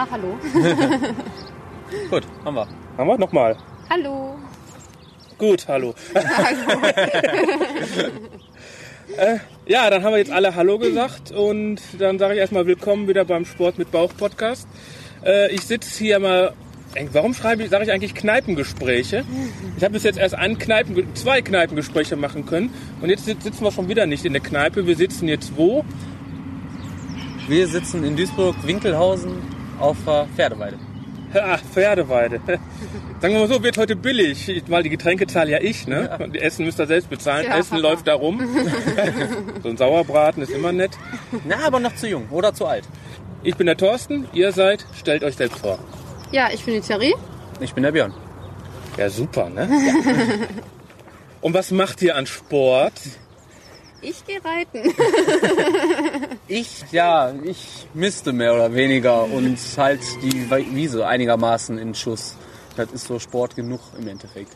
hallo. Gut, haben wir. Haben wir? Nochmal. Hallo. Gut, hallo. Hallo. Ja, dann haben wir jetzt alle Hallo gesagt und dann sage ich erstmal willkommen wieder beim Sport mit Bauch Podcast. Ich sitze hier mal, warum sage ich eigentlich Kneipengespräche? Ich habe bis jetzt erst zwei Kneipengespräche machen können und jetzt sitzen wir schon wieder nicht in der Kneipe. Wir sitzen jetzt wo? Wir sitzen in Duisburg-Winkelhausen auf der Pferdeweide. Ach, Pferdeweide. Sagen wir mal so, wird heute billig, weil die Getränke zahle ja ich, ne? Ja. Die Essen müsst ihr selbst bezahlen, ja, Essen läuft da rum. So ein Sauerbraten ist immer nett. Na, aber noch zu jung oder zu alt. Ich bin der Thorsten, ihr seid, stellt euch selbst vor. Ja, ich bin die Thierry. Ich bin der Björn. Ja, super, ne? Ja. Und was macht ihr an Sport? Ich gehe reiten. Ich misste mehr oder weniger und halt die Wiese einigermaßen in Schuss. Das ist so Sport genug im Endeffekt.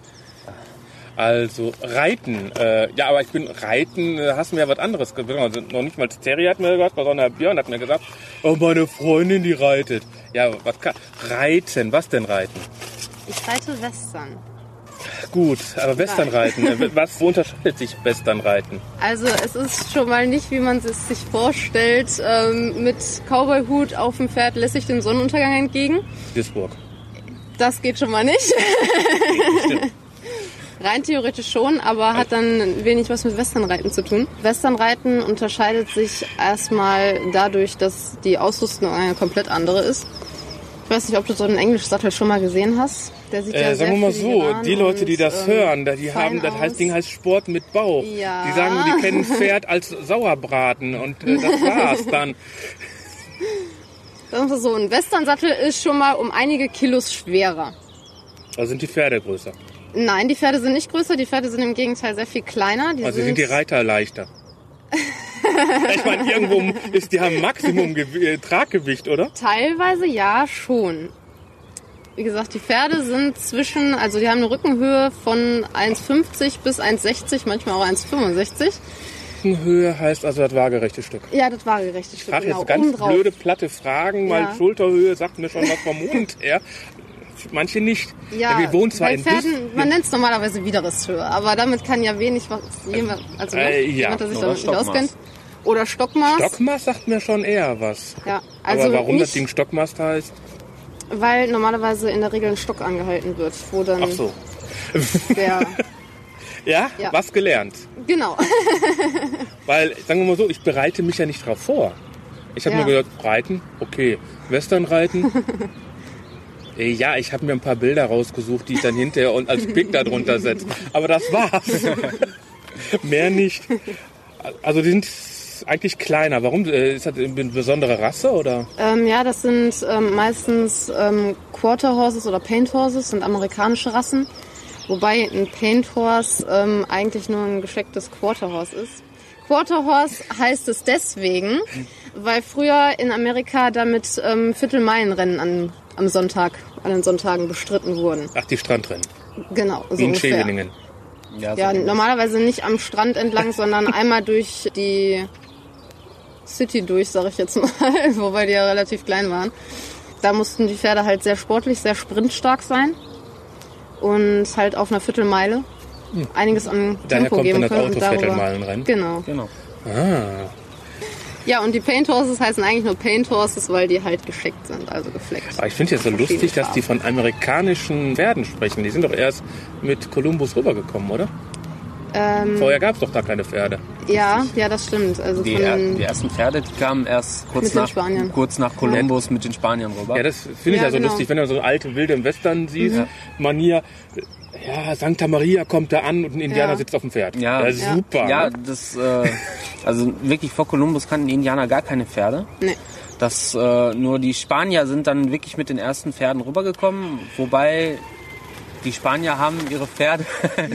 Also Reiten, ja, aber Reiten, hast du mir ja was anderes gesagt. Also noch nicht mal Terry hat mir gesagt, sondern Björn hat mir gesagt, oh, meine Freundin, die reitet. Ja, Reiten, was denn Reiten? Ich reite Western. Gut, aber Westernreiten, wo unterscheidet sich Westernreiten? Also es ist schon mal nicht, wie man es sich vorstellt, mit Cowboy-Hut auf dem Pferd lässt sich dem Sonnenuntergang entgegen. Duisburg. Das geht schon mal nicht. Stimmt. Rein theoretisch schon, aber hat dann wenig was mit Westernreiten zu tun. Westernreiten unterscheidet sich erstmal dadurch, dass die Ausrüstung eine komplett andere ist. Ich weiß nicht, ob du so einen Englisch-Sattel schon mal gesehen hast. Der sieht ja sagen wir mal so, die Leute, die das hören, das Ding heißt Sport mit Bauch. Ja. Die sagen, die kennen Pferd als Sauerbraten und das war's dann. Sagen wir so, ein Westernsattel ist schon mal um einige Kilos schwerer. Also sind die Pferde größer? Nein, die Pferde sind nicht größer, die Pferde sind im Gegenteil sehr viel kleiner. Also sind die Reiter leichter? Ich meine, die haben Maximum Traggewicht, oder? Teilweise ja, schon. Wie gesagt, die Pferde sind die haben eine Rückenhöhe von 1,50 bis 1,60, manchmal auch 1,65. Rückenhöhe heißt also das waagerechte Stück. Ja, das waagerechte Stück, genau. Jetzt ganz blöde, platte Fragen, ja. Mal Schulterhöhe sagt mir schon was vom Mond her. Manche nicht. Ja, wir wohnen zwar bei Pferden, man nennt es normalerweise Widerrisshöhe, aber damit kann ja wenig jemand, der sich damit nicht auskennt. Oder Stockmaß. Stockmaß sagt mir schon eher was. Ja, also aber warum nicht, das Ding Stockmaß heißt? Weil normalerweise in der Regel ein Stock angehalten wird, wo dann Ach so. Ja, was gelernt. Genau. Weil, sagen wir mal so, ich bereite mich ja nicht drauf vor. Ich habe nur gesagt, reiten, okay. Westernreiten. Ja, ich habe mir ein paar Bilder rausgesucht, die ich dann hinterher und als Pick da drunter setze. Aber das war's. Mehr nicht. Also die sind eigentlich kleiner. Warum? Ist das eine besondere Rasse, oder? Ja, das sind meistens Quarter Horses oder Paint Horses, sind amerikanische Rassen. Wobei ein Paint Horse eigentlich nur ein geschlecktes Quarter Horse ist. Quarter Horse heißt es deswegen, weil früher in Amerika damit Viertelmeilenrennen an den Sonntagen bestritten wurden. Ach, die Strandrennen. Genau, so wie in ungefähr. Scheveningen. Ja, normalerweise nicht am Strand entlang, sondern einmal durch die City sag ich jetzt mal, wobei die ja relativ klein waren. Da mussten die Pferde halt sehr sportlich, sehr sprintstark sein und halt auf einer Viertelmeile einiges an Tempo geben können. Daher kommt dann das Auto-Viertelmeilenrennen. Genau. Ah. Ja, und die Paint Horses heißen eigentlich nur Paint Horses, weil die halt gescheckt sind, also gefleckt. Aber ich finde es ja so lustig, dass die von amerikanischen Pferden sprechen. Die sind doch erst mit Kolumbus rübergekommen, oder? Vorher gab es doch gar keine Pferde. Ja, das stimmt. Also die ersten Pferde, die kamen erst kurz nach Kolumbus mit den Spaniern rüber. Ja, das finde ich ja so lustig, wenn du so alte wilde Western siehst. Manier, Santa Maria kommt da an und ein Indianer sitzt auf dem Pferd. Ja, super. Ja, das, also wirklich vor Kolumbus kannten die Indianer gar keine Pferde. Nee. Nur die Spanier sind dann wirklich mit den ersten Pferden rübergekommen, wobei die Spanier haben ihre Pferde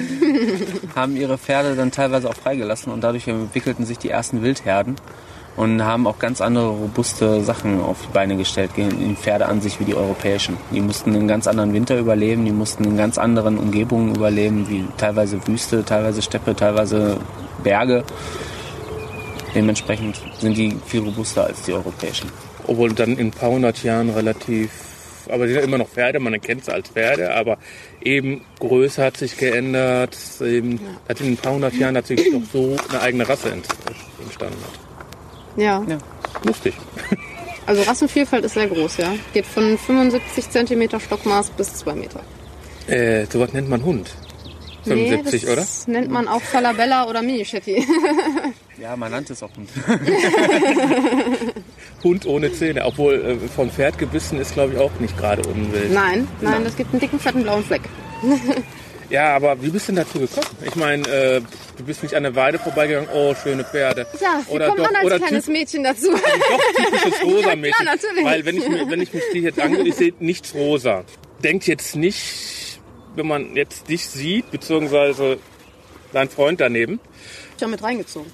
dann teilweise auch freigelassen und dadurch entwickelten sich die ersten Wildherden und haben auch ganz andere robuste Sachen auf die Beine gestellt, in Pferde an sich wie die europäischen. Die mussten einen ganz anderen Winter überleben, die mussten in ganz anderen Umgebungen überleben, wie teilweise Wüste, teilweise Steppe, teilweise Berge. Dementsprechend sind die viel robuster als die europäischen. Obwohl dann in ein paar hundert Jahren relativ... Aber die sind immer noch Pferde, man kennt sie als Pferde, aber eben Größe hat sich geändert. Eben, hat in ein paar hundert Jahren natürlich doch so eine eigene Rasse entstanden hat. Ja. Lustig. Also Rassenvielfalt ist sehr groß, ja. Geht von 75 cm Stockmaß bis 2 Meter. Sowas nennt man Hund. 75, nee, das nennt man auch Falabella oder Mini-Shetty. Ja, man nannte es auch Hund. Hund ohne Zähne. Obwohl von Pferd gebissen ist, glaube ich, auch nicht gerade unwild. Nein, das gibt einen dicken, fetten blauen Fleck. Ja, aber wie bist du denn dazu gekommen? Ich meine, du bist nicht an der Weide vorbeigegangen, oh, schöne Pferde. Ja, wie kommt man als kleines Mädchen dazu? Doch, typisches rosa Mädchen. Ja, klar, natürlich. Weil wenn ich mich die jetzt angucke, ich sehe nichts rosa. Denkt jetzt nicht, wenn man jetzt dich sieht, beziehungsweise dein Freund daneben. Ich habe mit reingezogen.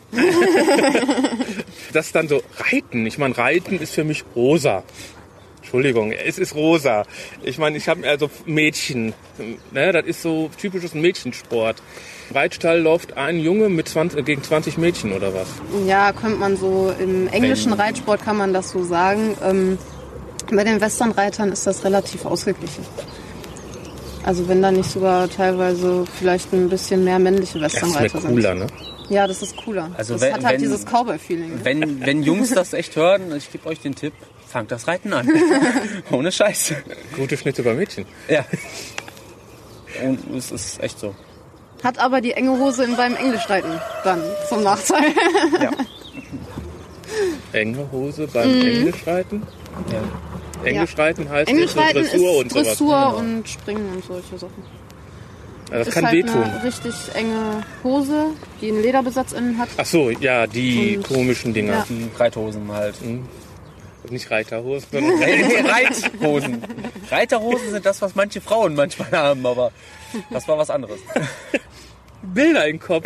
Das dann so Reiten. Ich meine, Reiten ist für mich rosa. Entschuldigung, es ist rosa. Ich meine, ich habe also Mädchen. Ne, das ist so typisches Mädchensport. Reitstall läuft ein Junge gegen 20 Mädchen oder was? Ja, könnte man so, im englischen Reitsport kann man das so sagen. Bei den Westernreitern ist das relativ ausgeglichen. Also wenn da nicht sogar teilweise vielleicht ein bisschen mehr männliche Westernreiter sind. Das ist cooler, ne? Ja, das ist cooler. Also das hat halt dieses Cowboy-Feeling. Wenn Jungs das echt hören, ich gebe euch den Tipp, fangt das Reiten an. Ohne Scheiß. Gute Schnitte bei Mädchen. Ja. Und es ist echt so. Hat aber die enge Hose beim Englischreiten dann zum Nachteil. Ja. Enge Hose beim Englischreiten? Ja. Englischreiten heißt Englischreiten Dressur ist Dressur und Springen und solche Sachen. Also das ist kann halt wehtun. Eine richtig enge Hose, die einen Lederbesatz innen hat. Ach so, ja, die komischen Dinger. Ja. Die Reithosen halt. Nicht Reiterhosen, sondern Reithosen. Reiterhosen sind das, was manche Frauen manchmal haben, aber das war was anderes. Bilder im Kopf.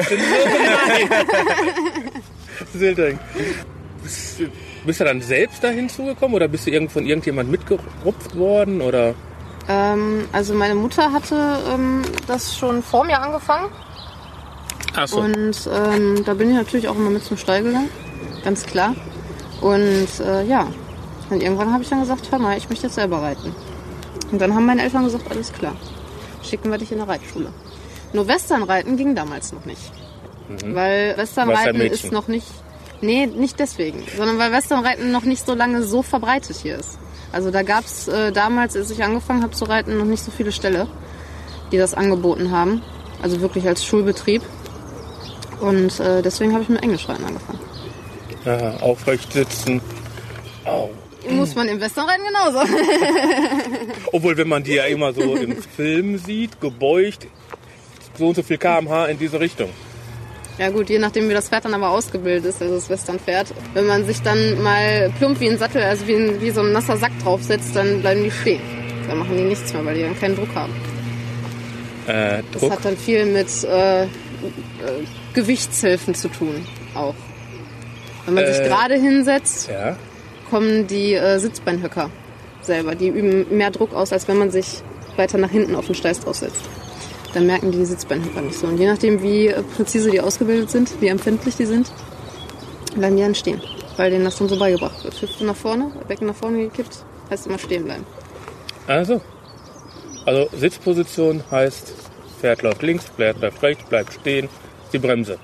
Sind bist du dann selbst dahin zugekommen oder bist du von irgendjemand mitgerupft worden? Oder? Also meine Mutter hatte das schon vor mir angefangen. Ach so. Und da bin ich natürlich auch immer mit zum Stall gegangen, ganz klar. Und und irgendwann habe ich dann gesagt, hör mal, ich möchte jetzt selber reiten. Und dann haben meine Eltern gesagt, alles klar, schicken wir dich in eine Reitschule. Nur Westernreiten ging damals noch nicht. Weil Westernreiten ist noch nicht... Nee, nicht deswegen, sondern weil Westernreiten noch nicht so lange so verbreitet hier ist. Also da gab es damals, als ich angefangen habe zu reiten, noch nicht so viele Ställe, die das angeboten haben. Also wirklich als Schulbetrieb. Und deswegen habe ich mit Englischreiten angefangen. Ja, aufrecht sitzen. Au. Muss man im Westernreiten genauso. Obwohl, wenn man die ja immer so im Film sieht, gebeugt, so und so viel km/h in diese Richtung. Ja gut, je nachdem wie das Pferd dann aber ausgebildet ist, also das Westernpferd. Wenn man sich dann mal plump wie ein Sattel, also wie so ein nasser Sack draufsetzt, dann bleiben die stehen. Dann machen die nichts mehr, weil die dann keinen Druck haben. Druck? Das hat dann viel mit Gewichtshilfen zu tun, auch. Wenn man sich gerade hinsetzt, kommen die Sitzbeinhöcker selber. Die üben mehr Druck aus, als wenn man sich weiter nach hinten auf den Steiß draufsetzt. Dann merken die Sitzbeinhöcker nicht so. Und je nachdem, wie präzise die ausgebildet sind, wie empfindlich die sind, bleiben die dann stehen. Weil denen das dann so beigebracht wird. Hüfte nach vorne, Becken nach vorne gekippt, heißt immer stehen bleiben. Also Sitzposition heißt, Pferd läuft links, Pferd läuft rechts, bleibt stehen, die Bremse.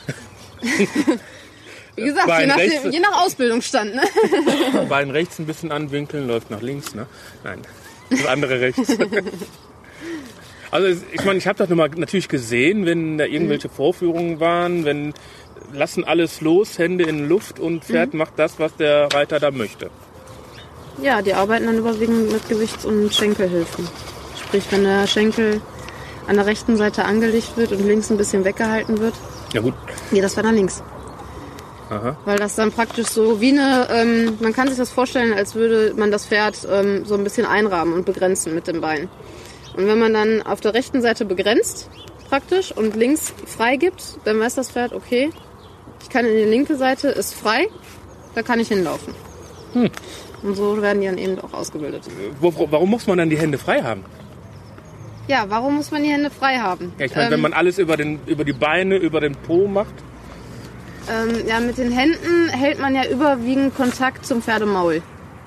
Wie gesagt, je nach Ausbildungsstand. Ne? Bein rechts ein bisschen anwinkeln, läuft nach links. Ne? Nein, das andere rechts. Also ich meine, ich habe das natürlich gesehen, wenn da irgendwelche Vorführungen waren, wenn lassen alles los, Hände in Luft und Pferd macht das, was der Reiter da möchte. Ja, die arbeiten dann überwiegend mit Gewichts- und Schenkelhilfen. Sprich, wenn der Schenkel an der rechten Seite angelegt wird und links ein bisschen weggehalten wird, ja gut, geht das dann links. Aha. Weil das dann praktisch so wie eine, man kann sich das vorstellen, als würde man das Pferd so ein bisschen einrahmen und begrenzen mit dem Bein. Und wenn man dann auf der rechten Seite begrenzt, praktisch, und links frei gibt, dann weiß das Pferd, okay, ich kann in die linke Seite, ist frei, da kann ich hinlaufen. Und so werden die dann eben auch ausgebildet. Warum muss man dann die Hände frei haben? Ja, warum muss man die Hände frei haben? Ja, ich meine, wenn man alles über die Beine, über den Po macht. Ja, mit den Händen hält man ja überwiegend Kontakt zum Pferdemaul.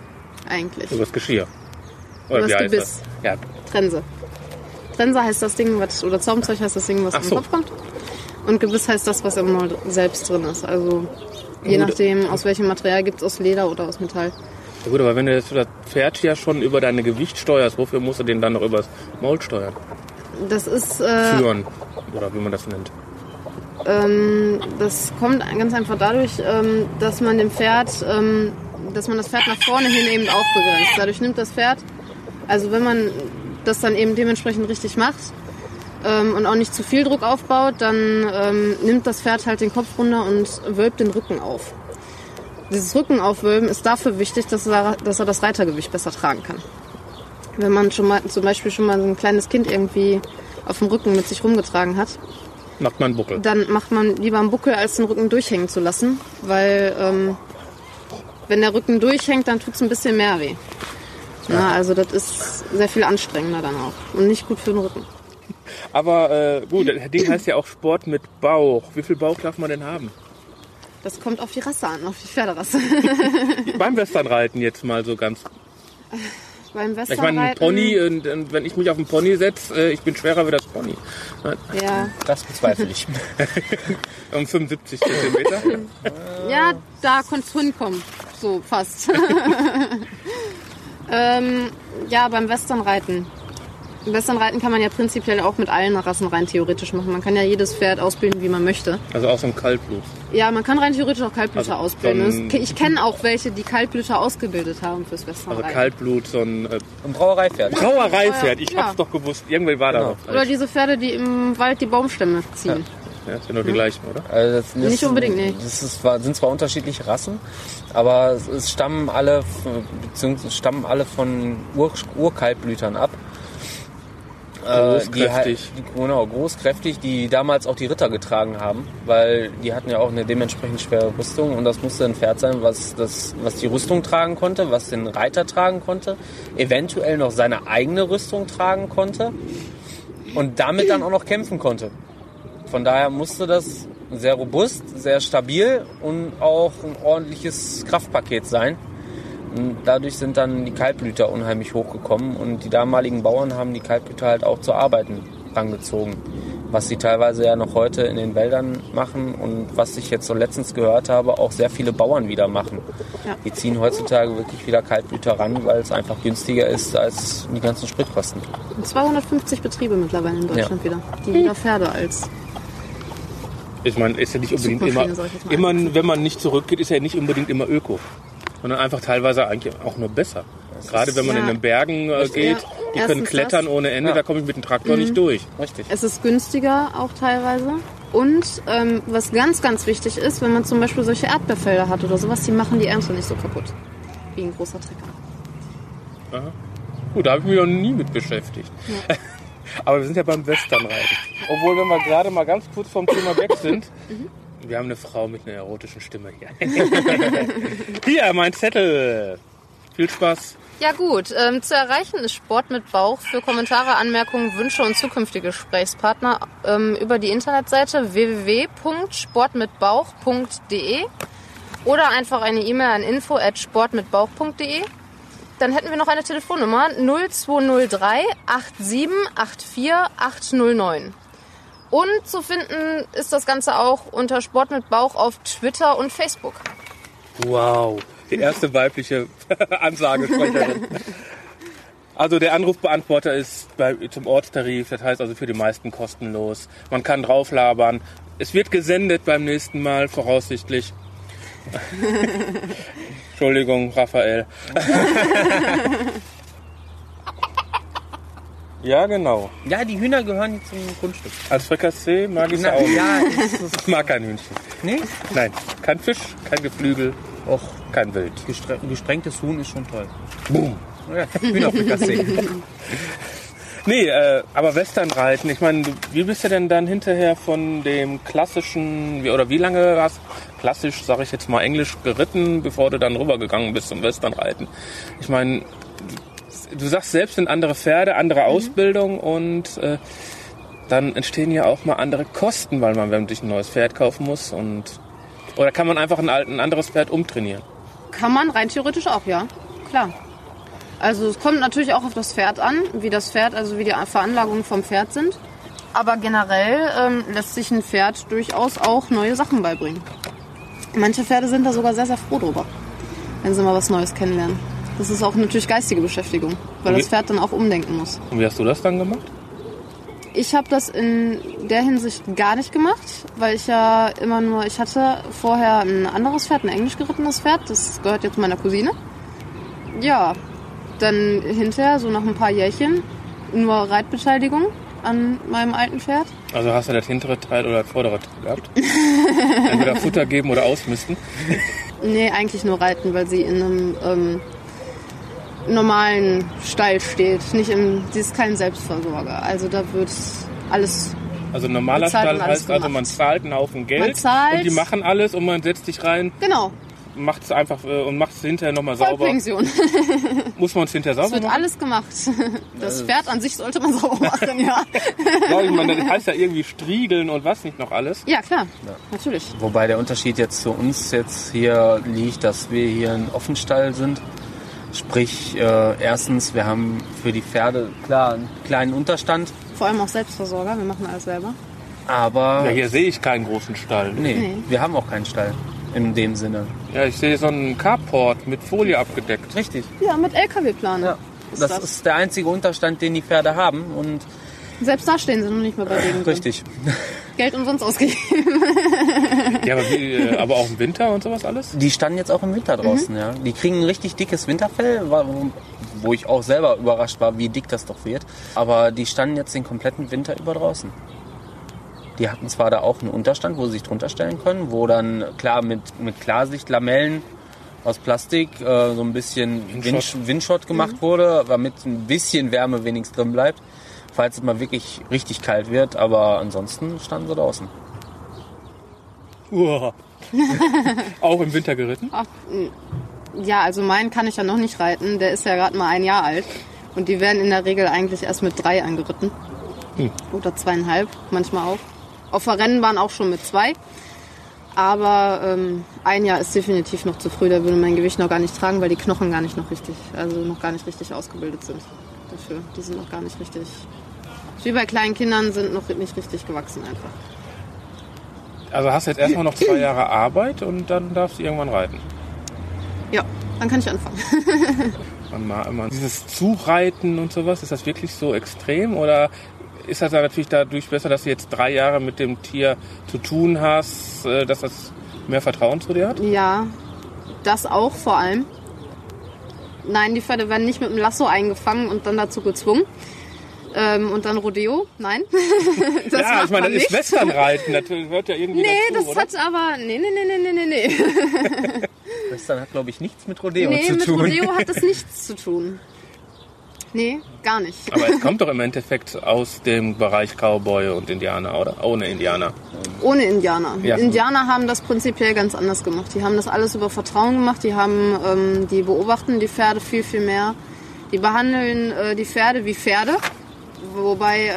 eigentlich. Über das Geschirr. Oder Über wie das heißt Gebiss. das? Ja. Trense. Trense heißt das Ding, oder Zaumzeug heißt das Ding, was in den Kopf kommt. Und Gebiss heißt das, was im Maul selbst drin ist. Also je nachdem, aus welchem Material, gibt es aus Leder oder aus Metall. Ja gut, aber wenn du das Pferd ja schon über deine Gewicht steuerst, wofür musst du den dann noch übers Maul steuern? Das ist... Führen, oder wie man das nennt. Das kommt ganz einfach dadurch, dass man das Pferd nach vorne hin eben auch begrenzt. Dadurch nimmt das Pferd, also wenn man das dann eben dementsprechend richtig macht und auch nicht zu viel Druck aufbaut, dann nimmt das Pferd halt den Kopf runter und wölbt den Rücken auf. Dieses Rückenaufwölben ist dafür wichtig, dass er das Reitergewicht besser tragen kann. Wenn man zum Beispiel schon mal so ein kleines Kind irgendwie auf dem Rücken mit sich rumgetragen hat, macht man einen Buckel. Dann macht man lieber einen Buckel, als den Rücken durchhängen zu lassen, weil wenn der Rücken durchhängt, dann tut es ein bisschen mehr weh. Ja, also das ist sehr viel anstrengender dann auch und nicht gut für den Rücken. Aber gut, das Ding heißt ja auch Sport mit Bauch. Wie viel Bauch darf man denn haben? Das kommt auf die Rasse an, auf die Pferderasse. Beim Westernreiten jetzt mal so ganz... Beim Westernreiten... Ich meine, ein Pony, und wenn ich mich auf einen Pony setze, ich bin schwerer wie das Pony. Ja. Das bezweifle ich. Um 75 Zentimeter? Ja, da konntest du hinkommen. So, fast. Ja, beim Westernreiten. Westernreiten kann man ja prinzipiell auch mit allen Rassen rein theoretisch machen. Man kann ja jedes Pferd ausbilden, wie man möchte. Also auch so ein Kaltblut? Ja, man kann rein theoretisch auch Kaltblüter ausbilden. So Ich kenne auch welche, die Kaltblüter ausgebildet haben fürs Westernreiten. Also Kaltblut, so ein Brauereipferd. Brauereipferd, ich Ja. hab's doch gewusst. Irgendwie war da noch. Oder diese Pferde, die im Wald die Baumstämme ziehen. Ja, das sind doch die gleichen, oder? Also Nicht unbedingt, nee. Sind zwar unterschiedliche Rassen, aber es stammen alle von Urkaltblütern ab. Großkräftig. Großkräftig, die damals auch die Ritter getragen haben, weil die hatten ja auch eine dementsprechend schwere Rüstung und das musste ein Pferd sein, was die Rüstung tragen konnte, was den Reiter tragen konnte, eventuell noch seine eigene Rüstung tragen konnte und damit dann auch noch kämpfen konnte. Von daher musste das sehr robust, sehr stabil und auch ein ordentliches Kraftpaket sein. Und dadurch sind dann die Kaltblüter unheimlich hochgekommen und die damaligen Bauern haben die Kaltblüter halt auch zu Arbeiten rangezogen. Was sie teilweise ja noch heute in den Wäldern machen und was ich jetzt so letztens gehört habe, auch sehr viele Bauern wieder machen. Ja. Die ziehen heutzutage wirklich wieder Kaltblüter ran, weil es einfach günstiger ist als die ganzen Spritkosten. 250 Betriebe mittlerweile in Deutschland wieder, die wieder Pferde als... Ich meine, ist ja nicht unbedingt immer, wenn man nicht zurückgeht, ist ja nicht unbedingt immer Öko. Sondern einfach teilweise eigentlich auch nur besser. Gerade wenn man in den Bergen geht, die können klettern ohne Ende, da komme ich mit dem Traktor nicht durch. Richtig. Es ist günstiger auch teilweise. Und was ganz, ganz wichtig ist, wenn man zum Beispiel solche Erdbeerfelder hat oder sowas, die machen die Ernte nicht so kaputt. Wie ein großer Trecker. Aha. Gut, da habe ich mich noch nie mit beschäftigt. Ja. Aber wir sind ja beim Westernreiten. Obwohl, wenn wir gerade mal ganz kurz vom Thema weg sind, wir haben eine Frau mit einer erotischen Stimme hier. Hier, mein Zettel. Viel Spaß. Ja gut, zu erreichen ist Sport mit Bauch für Kommentare, Anmerkungen, Wünsche und zukünftige Gesprächspartner über die Internetseite www.sportmitbauch.de oder einfach eine E-Mail an info@sportmitbauch.de. Dann hätten wir noch eine Telefonnummer 0203 8784 809. Und zu finden ist das Ganze auch unter Sport mit Bauch auf Twitter und Facebook. Wow, die erste weibliche Ansagesprecherin. Also der Anrufbeantworter ist zum Ortstarif, das heißt also für die meisten kostenlos. Man kann drauflabern. Es wird gesendet beim nächsten Mal, voraussichtlich. Entschuldigung, Raphael. Ja, genau. Ja, die Hühner gehören zum Grundstück. Als Frikassee mag ich es auch. Ja, Ich mag kein Hühnchen. Nee? Nein, kein Fisch, kein Geflügel, Och, kein Wild. gesprengtes Huhn ist schon toll. Boom. Ja, Hühnerfrikassee. Nee, aber Westernreiten, ich meine, wie bist du denn dann hinterher von dem klassischen, wie lange hast du klassisch, sage ich jetzt mal, Englisch geritten, bevor du dann rübergegangen bist zum Westernreiten? Ich meine, du sagst selbst, sind andere Pferde, andere Ausbildung und dann entstehen ja auch mal andere Kosten, weil man sich ein neues Pferd kaufen muss oder kann man einfach ein anderes Pferd umtrainieren? Kann man rein theoretisch auch, ja. Klar. Also es kommt natürlich auch auf das Pferd an, wie das Pferd, also wie die Veranlagungen vom Pferd sind. Aber generell lässt sich ein Pferd durchaus auch neue Sachen beibringen. Manche Pferde sind da sogar sehr, sehr froh drüber, wenn sie mal was Neues kennenlernen. Das ist auch natürlich geistige Beschäftigung, weil das Pferd dann auch umdenken muss. Und wie hast du das dann gemacht? Ich habe das in der Hinsicht gar nicht gemacht, weil ich hatte vorher ein anderes Pferd, ein englisch gerittenes Pferd, das gehört jetzt meiner Cousine. Ja, dann hinterher, so nach ein paar Jährchen, nur Reitbeteiligung an meinem alten Pferd. Also hast du das hintere Teil oder das vordere Teil gehabt? Entweder Futter geben oder ausmisten? Nee, eigentlich nur reiten, weil sie in einem normalen Stall steht. Sie ist kein Selbstversorger. Also da wird alles. Also ein normaler Stall heißt also, man zahlt einen Haufen Geld und die machen alles und man setzt sich rein. Genau. Macht es einfach und macht es hinterher nochmal sauber. Vollpension. Muss man es hinterher sauber machen? Es wird alles gemacht. Das Pferd an sich sollte man sauber machen, ja. Ja, ich meine, das heißt ja irgendwie striegeln und was nicht noch alles. Ja, klar. Ja. Natürlich. Wobei der Unterschied jetzt zu uns jetzt hier liegt, dass wir hier ein Offenstall sind. Sprich, erstens, wir haben für die Pferde klar einen kleinen Unterstand. Vor allem auch Selbstversorger, wir machen alles selber. Aber ja, hier sehe ich keinen großen Stall. Nee, wir haben auch keinen Stall in dem Sinne. Ja, ich sehe so einen Carport mit Folie abgedeckt. Richtig. Ja, mit LKW-Plan. Ja. Das ist der einzige Unterstand, den die Pferde haben. Und selbst da stehen sie noch nicht mehr bei denen. Richtig. Geld umsonst ausgegeben. Ja, aber auch im Winter und sowas alles? Die standen jetzt auch im Winter draußen, ja. Die kriegen ein richtig dickes Winterfell, wo ich auch selber überrascht war, wie dick das doch wird. Aber die standen jetzt den kompletten Winter über draußen. Die hatten zwar da auch einen Unterstand, wo sie sich drunter stellen können, wo dann klar mit Klarsichtlamellen aus Plastik so ein bisschen Windschott gemacht wurde, damit ein bisschen Wärme wenigstens drin bleibt, falls es mal wirklich richtig kalt wird. Aber ansonsten standen sie draußen. Auch im Winter geritten? Ach, ja, also meinen kann ich ja noch nicht reiten. Der ist ja gerade mal 1 Jahr alt. Und die werden in der Regel eigentlich erst mit 3 angeritten. Oder 2,5, manchmal auch. Auf der Rennbahn auch schon mit 2. Aber 1 Jahr ist definitiv noch zu früh. Da würde mein Gewicht noch gar nicht tragen, weil die Knochen noch gar nicht richtig ausgebildet sind dafür. Die sind noch gar nicht richtig, wie bei kleinen Kindern, sind noch nicht richtig gewachsen einfach. Also hast du jetzt erstmal noch 2 Jahre Arbeit und dann darfst du irgendwann reiten? Ja, dann kann ich anfangen. Dieses Zureiten und sowas, ist das wirklich so extrem oder ist das dann natürlich dadurch besser, dass du jetzt 3 Jahre mit dem Tier zu tun hast, dass das mehr Vertrauen zu dir hat? Ja, das auch vor allem. Nein, die Pferde werden nicht mit dem Lasso eingefangen und dann dazu gezwungen. Und dann Rodeo? Nein. Das ja, ich meine, das ist Westernreiten, das hört ja irgendwie dazu, das hat aber... Nee. Western hat, glaube ich, nichts mit Rodeo zu tun. Nee, mit Rodeo hat das nichts zu tun. Nee, gar nicht. Aber es kommt doch im Endeffekt aus dem Bereich Cowboy und Indianer, oder? Ohne Indianer. Ohne Indianer. Ja. Indianer haben das prinzipiell ganz anders gemacht. Die haben das alles über Vertrauen gemacht. Die beobachten die Pferde viel, viel mehr. Die behandeln die Pferde wie Pferde. Wobei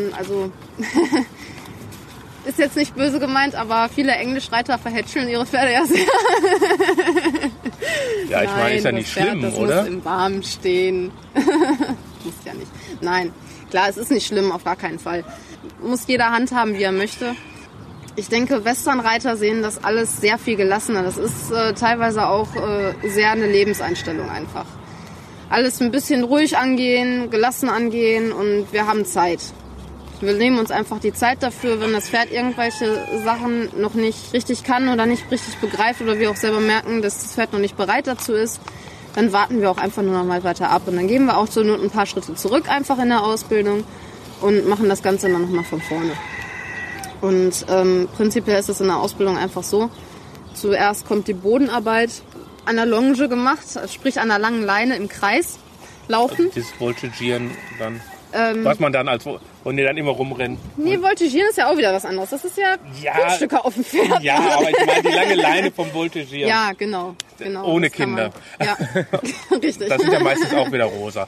ist jetzt nicht böse gemeint, aber viele Englischreiter verhätscheln ihre Pferde ja sehr. Ja, ich meine, ist ja nicht schlimm, das oder? Das muss im Warmen stehen. Muss ja nicht. Nein, klar, es ist nicht schlimm, auf gar keinen Fall. Muss jeder handhaben, wie er möchte. Ich denke, Westernreiter sehen das alles sehr viel gelassener. Das ist teilweise auch sehr eine Lebenseinstellung einfach. Alles ein bisschen ruhig angehen, gelassen angehen und wir haben Zeit. Wir nehmen uns einfach die Zeit dafür, wenn das Pferd irgendwelche Sachen noch nicht richtig kann oder nicht richtig begreift oder wir auch selber merken, dass das Pferd noch nicht bereit dazu ist, dann warten wir auch einfach nur noch mal weiter ab. Und dann gehen wir auch so nur ein paar Schritte zurück einfach in der Ausbildung und machen das Ganze dann nochmal von vorne. Und prinzipiell ist es in der Ausbildung einfach so, zuerst kommt die Bodenarbeit an der Longe gemacht, sprich an der langen Leine im Kreis laufen. Also dieses Voltigieren dann, was man dann und die dann immer rumrennen. Nee, Voltigieren ist ja auch wieder was anderes. Das ist ja Kunststücke auf dem Pferd. Ja, aber ich meine die lange Leine vom Voltigieren. Ja, genau. Ohne Kinder. Ja, richtig. Das sind ja meistens auch wieder rosa.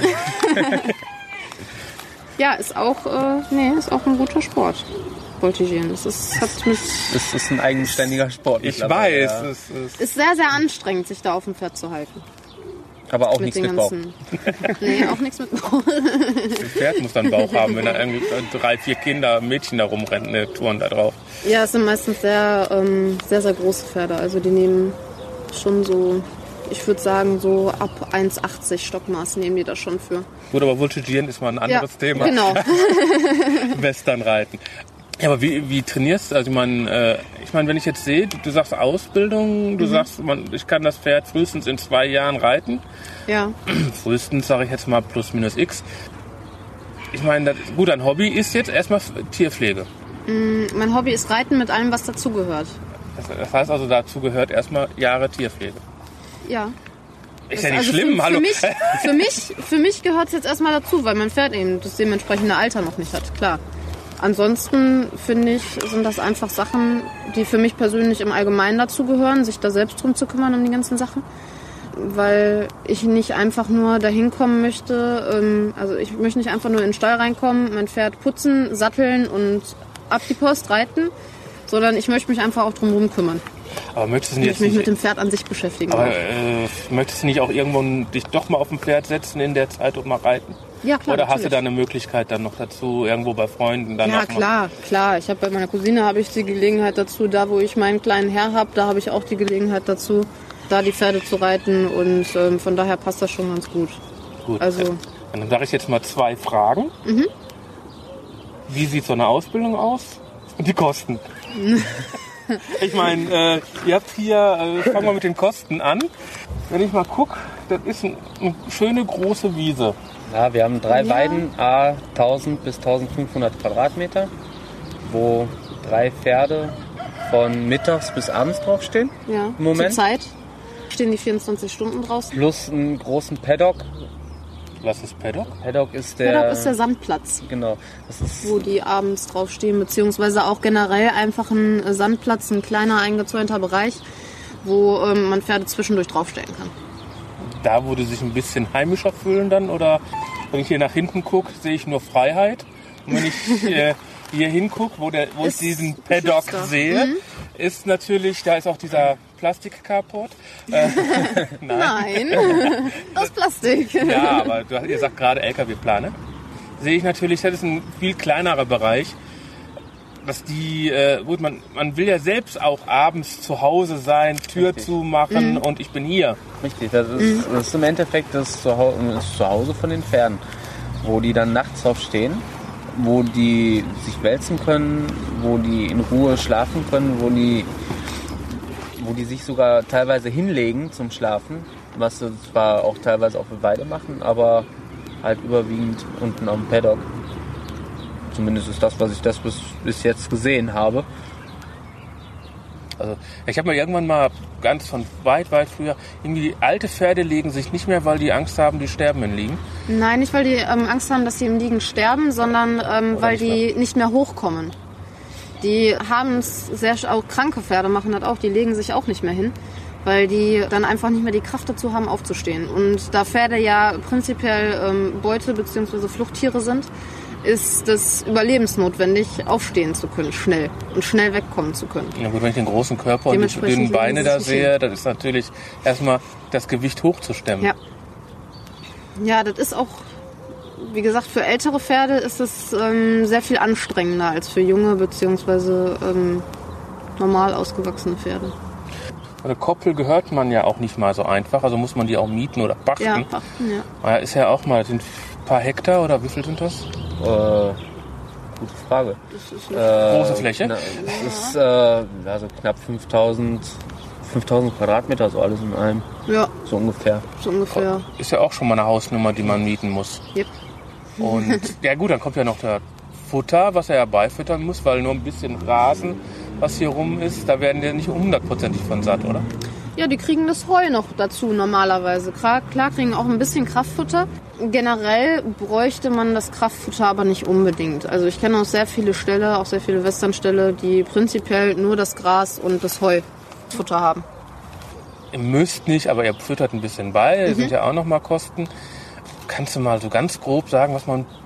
Ja, ist auch ein guter Sport. Voltigieren. Es ist ein eigenständiger Sport. Ich weiß. Ja. Es ist sehr, sehr anstrengend, sich da auf dem Pferd zu halten. Aber auch nichts mit Bauch. Nee, auch nichts mit Bauch. Das Pferd muss dann Bauch haben, wenn da irgendwie 3, 4 Kinder, Mädchen da rumrennen, ne, touren da drauf. Ja, es sind meistens sehr, sehr große Pferde. Also die nehmen schon so, ich würde sagen, so ab 1,80 Stockmaß nehmen die da schon für. Gut, aber Voltigieren ist mal ein anderes Thema. Genau. Westernreiten. Ja, aber wie trainierst du? Also ich meine, wenn ich jetzt sehe, du sagst Ausbildung, du sagst, ich kann das Pferd frühestens in 2 Jahren reiten. Ja. Frühestens sage ich jetzt mal plus minus x. Ich meine, gut, ein Hobby ist jetzt erstmal Tierpflege. Mein Hobby ist Reiten mit allem, was dazugehört. Das heißt also, dazu gehört erstmal Jahre Tierpflege. Ja. Ist ja nicht schlimm, hallo. Für mich gehört es jetzt erstmal dazu, weil mein Pferd eben das dementsprechende Alter noch nicht hat, klar. Ansonsten finde ich, sind das einfach Sachen, die für mich persönlich im Allgemeinen dazugehören, sich da selbst drum zu kümmern, um die ganzen Sachen. Weil ich nicht einfach nur dahin kommen möchte, also ich möchte nicht einfach nur in den Stall reinkommen, mein Pferd putzen, satteln und ab die Post reiten, sondern ich möchte mich einfach auch drum kümmern. Aber möchtest du mich mit dem Pferd an sich beschäftigen. Aber möchtest du nicht auch irgendwo dich doch mal auf dem Pferd setzen in der Zeit und mal reiten? Ja, klar. Oder natürlich. hast du da eine Möglichkeit dann noch dazu, irgendwo bei Freunden? Dann ja, klar. Ich habe bei meiner Cousine habe ich die Gelegenheit dazu, da wo ich meinen kleinen Herr habe, da habe ich auch die Gelegenheit dazu, da die Pferde zu reiten und von daher passt das schon ganz gut. Gut, also, dann sage ich jetzt mal 2 Fragen. Wie sieht so eine Ausbildung aus? Und die Kosten. Ich meine, ihr habt hier, fangen wir mit den Kosten an. Wenn ich mal gucke, das ist eine schöne große Wiese. Ja, wir haben 3 Weiden, 1000 bis 1500 Quadratmeter, wo 3 Pferde von mittags bis abends draufstehen. Ja, im Moment. Zurzeit stehen die 24 Stunden draußen. Plus einen großen Paddock. Was ist Paddock? Paddock ist der Sandplatz. Genau. Das ist, wo die abends draufstehen, beziehungsweise auch generell einfach ein Sandplatz, ein kleiner eingezäunter Bereich, wo man Pferde zwischendurch draufstellen kann. Da, wo die sich ein bisschen heimischer fühlen dann? Oder wenn ich hier nach hinten gucke, sehe ich nur Freiheit. Und wenn ich hier hingucke, wo ich diesen Paddock sehe, ist natürlich, da ist auch dieser Plastik-Carport. Nein, das Plastik. Ja, aber ihr sagt gerade LKW-Plane. Sehe ich natürlich, das ist ein viel kleinerer Bereich. Dass die, gut, man will ja selbst auch abends zu Hause sein, Tür zumachen und ich bin hier. Richtig, das ist im Endeffekt das Zuhause von den Pferden, wo die dann nachts drauf stehen, wo die sich wälzen können, wo die in Ruhe schlafen können, wo die sich sogar teilweise hinlegen zum Schlafen, was sie zwar auch teilweise auf der Weide machen, aber halt überwiegend unten am Paddock. Zumindest ist das, was ich bis jetzt gesehen habe. Also ich habe mal irgendwann mal ganz von weit früher, irgendwie alte Pferde legen sich nicht mehr, weil die Angst haben, die sterben im Liegen. Nein, nicht weil die Angst haben, dass sie im Liegen sterben, sondern weil die nicht mehr hochkommen. Die haben es auch kranke Pferde machen das auch, die legen sich auch nicht mehr hin, weil die dann einfach nicht mehr die Kraft dazu haben, aufzustehen. Und da Pferde ja prinzipiell Beute- bzw. Fluchttiere sind, ist es überlebensnotwendig, aufstehen zu können, schnell und schnell wegkommen zu können. Ja gut, wenn ich den großen Körper und die dünnen Beine da sehe, das ist natürlich erstmal das Gewicht hochzustemmen. Ja. Ja, das ist auch, wie gesagt, für ältere Pferde ist es sehr viel anstrengender als für junge bzw. normal ausgewachsene Pferde. Eine Koppel gehört man ja auch nicht mal so einfach, also muss man die auch mieten oder pachten. Ja, pachten, ja. Ja, ist ja auch mal, sind ein paar Hektar oder wie viel sind das? Gute Frage. Das ist eine große Fläche? Das ist so knapp 5000 Quadratmeter, so alles in allem. Ja. So ungefähr. Ist ja auch schon mal eine Hausnummer, die man mieten muss. Yep. Und ja gut, dann kommt ja noch der Futter, was er ja beifüttern muss, weil nur ein bisschen Rasen, was hier rum ist, da werden die nicht 100%ig von satt, oder? Ja, die kriegen das Heu noch dazu normalerweise. Klar kriegen auch ein bisschen Kraftfutter. Generell bräuchte man das Kraftfutter aber nicht unbedingt. Also ich kenne auch sehr viele Ställe, auch sehr viele Westernställe, die prinzipiell nur das Gras und das Heufutter haben. Ihr müsst nicht, aber ihr füttert ein bisschen bei. Das sind ja auch nochmal Kosten. Kannst du mal so ganz grob sagen, was man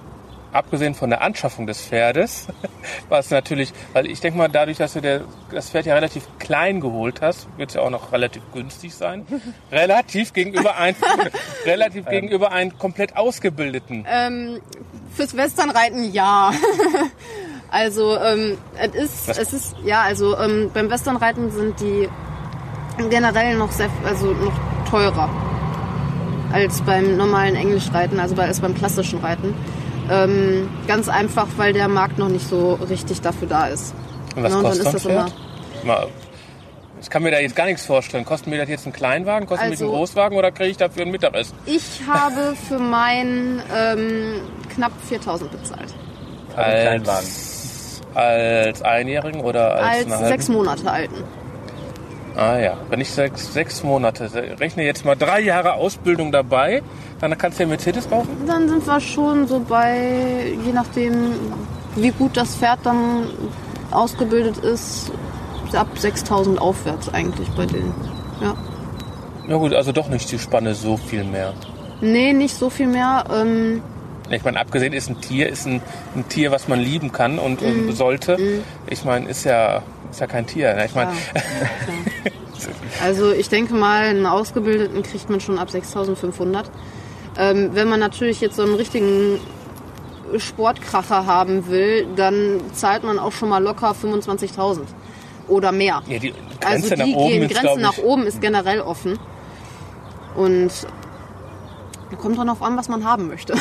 abgesehen von der Anschaffung des Pferdes, war es natürlich, weil ich denke mal, dadurch, dass du das Pferd ja relativ klein geholt hast, wird es ja auch noch relativ günstig sein. Relativ gegenüber einen komplett ausgebildeten. Fürs Westernreiten ja. Also es ist beim Westernreiten sind die generell noch noch teurer als beim normalen Englischreiten, also als beim klassischen Reiten. Ganz einfach, weil der Markt noch nicht so richtig dafür da ist. Und was kostet das Pferd? Ich kann mir da jetzt gar nichts vorstellen. Kostet mir das jetzt ein Kleinwagen, kostet mir ein Großwagen oder kriege ich dafür ein Mittagessen? Ich habe für meinen knapp 4.000 bezahlt. Als Einjährigen oder als 6 Monate alten. Ah ja, wenn ich 6 Monate rechne, jetzt mal 3 Jahre Ausbildung dabei, dann kannst du ja Mercedes kaufen? Dann sind wir schon so bei, je nachdem wie gut das Pferd dann ausgebildet ist, ab 6.000 aufwärts eigentlich bei denen. Ja. Ja gut, also doch nicht die Spanne so viel mehr. Nee, nicht so viel mehr. Ich meine, abgesehen ist ein Tier, was man lieben kann und sollte. Ich meine, ist ja kein Tier. Ne? Ich meine, also ich denke mal, einen Ausgebildeten kriegt man schon ab 6.500. Wenn man natürlich jetzt so einen richtigen Sportkracher haben will, dann zahlt man auch schon mal locker 25.000 oder mehr. Ja, die Grenze nach oben ist generell offen. Und kommt darauf an, was man haben möchte.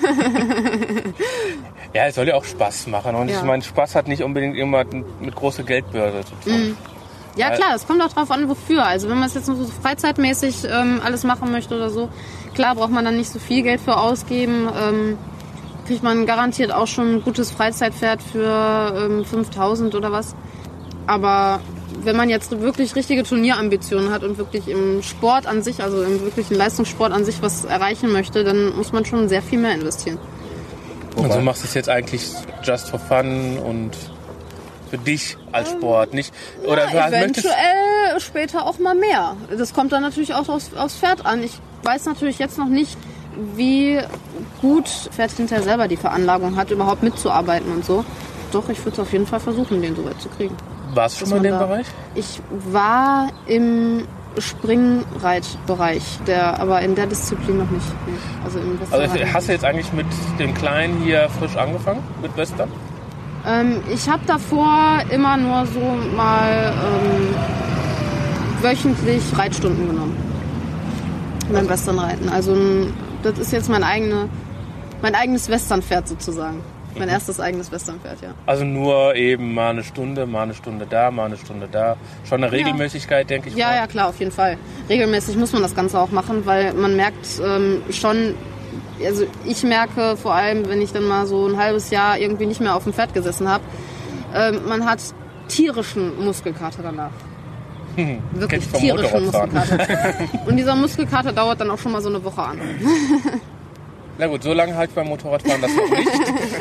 Ja, es soll ja auch Spaß machen. Und ich meine, Spaß hat nicht unbedingt immer mit großer Geldbörse zu tun. Ja klar, es kommt auch darauf an, wofür. Also wenn man es jetzt nur so freizeitmäßig alles machen möchte oder so, klar braucht man dann nicht so viel Geld für ausgeben. Kriegt man garantiert auch schon ein gutes Freizeitpferd für 5.000 oder was. Aber wenn man jetzt wirklich richtige Turnierambitionen hat und wirklich im Sport an sich, also im wirklichen Leistungssport an sich was erreichen möchte, dann muss man schon sehr viel mehr investieren. Und du machst es jetzt eigentlich just for fun und für dich als Sport, nicht? Oder ja, eventuell später auch mal mehr. Das kommt dann natürlich auch aufs Pferd an. Ich weiß natürlich jetzt noch nicht, wie gut Pferd hinterher selber die Veranlagung hat, überhaupt mitzuarbeiten und so. Doch, ich würde es auf jeden Fall versuchen, den so weit zu kriegen. Warst du schon mal in dem Bereich? Ich war im Springreitbereich, aber in der Disziplin noch nicht. Also hast du jetzt eigentlich mit dem Kleinen hier frisch angefangen, mit Western? Ich habe davor immer nur so mal wöchentlich Reitstunden genommen. Beim Westernreiten. Also das ist jetzt mein eigenes Westernpferd sozusagen. Mein erstes eigenes Westernpferd, ja. Also nur eben mal eine Stunde da, mal eine Stunde da. Schon eine Regelmäßigkeit, denke ich. Ja, klar, auf jeden Fall. Regelmäßig muss man das Ganze auch machen, weil man merkt schon, also ich merke vor allem, wenn ich dann mal so ein halbes Jahr irgendwie nicht mehr auf dem Pferd gesessen habe, man hat tierischen Muskelkater danach. Wirklich tierischen Muskelkater. Und dieser Muskelkater dauert dann auch schon mal so eine Woche an. Na gut, so lange halt beim Motorradfahren das noch nicht.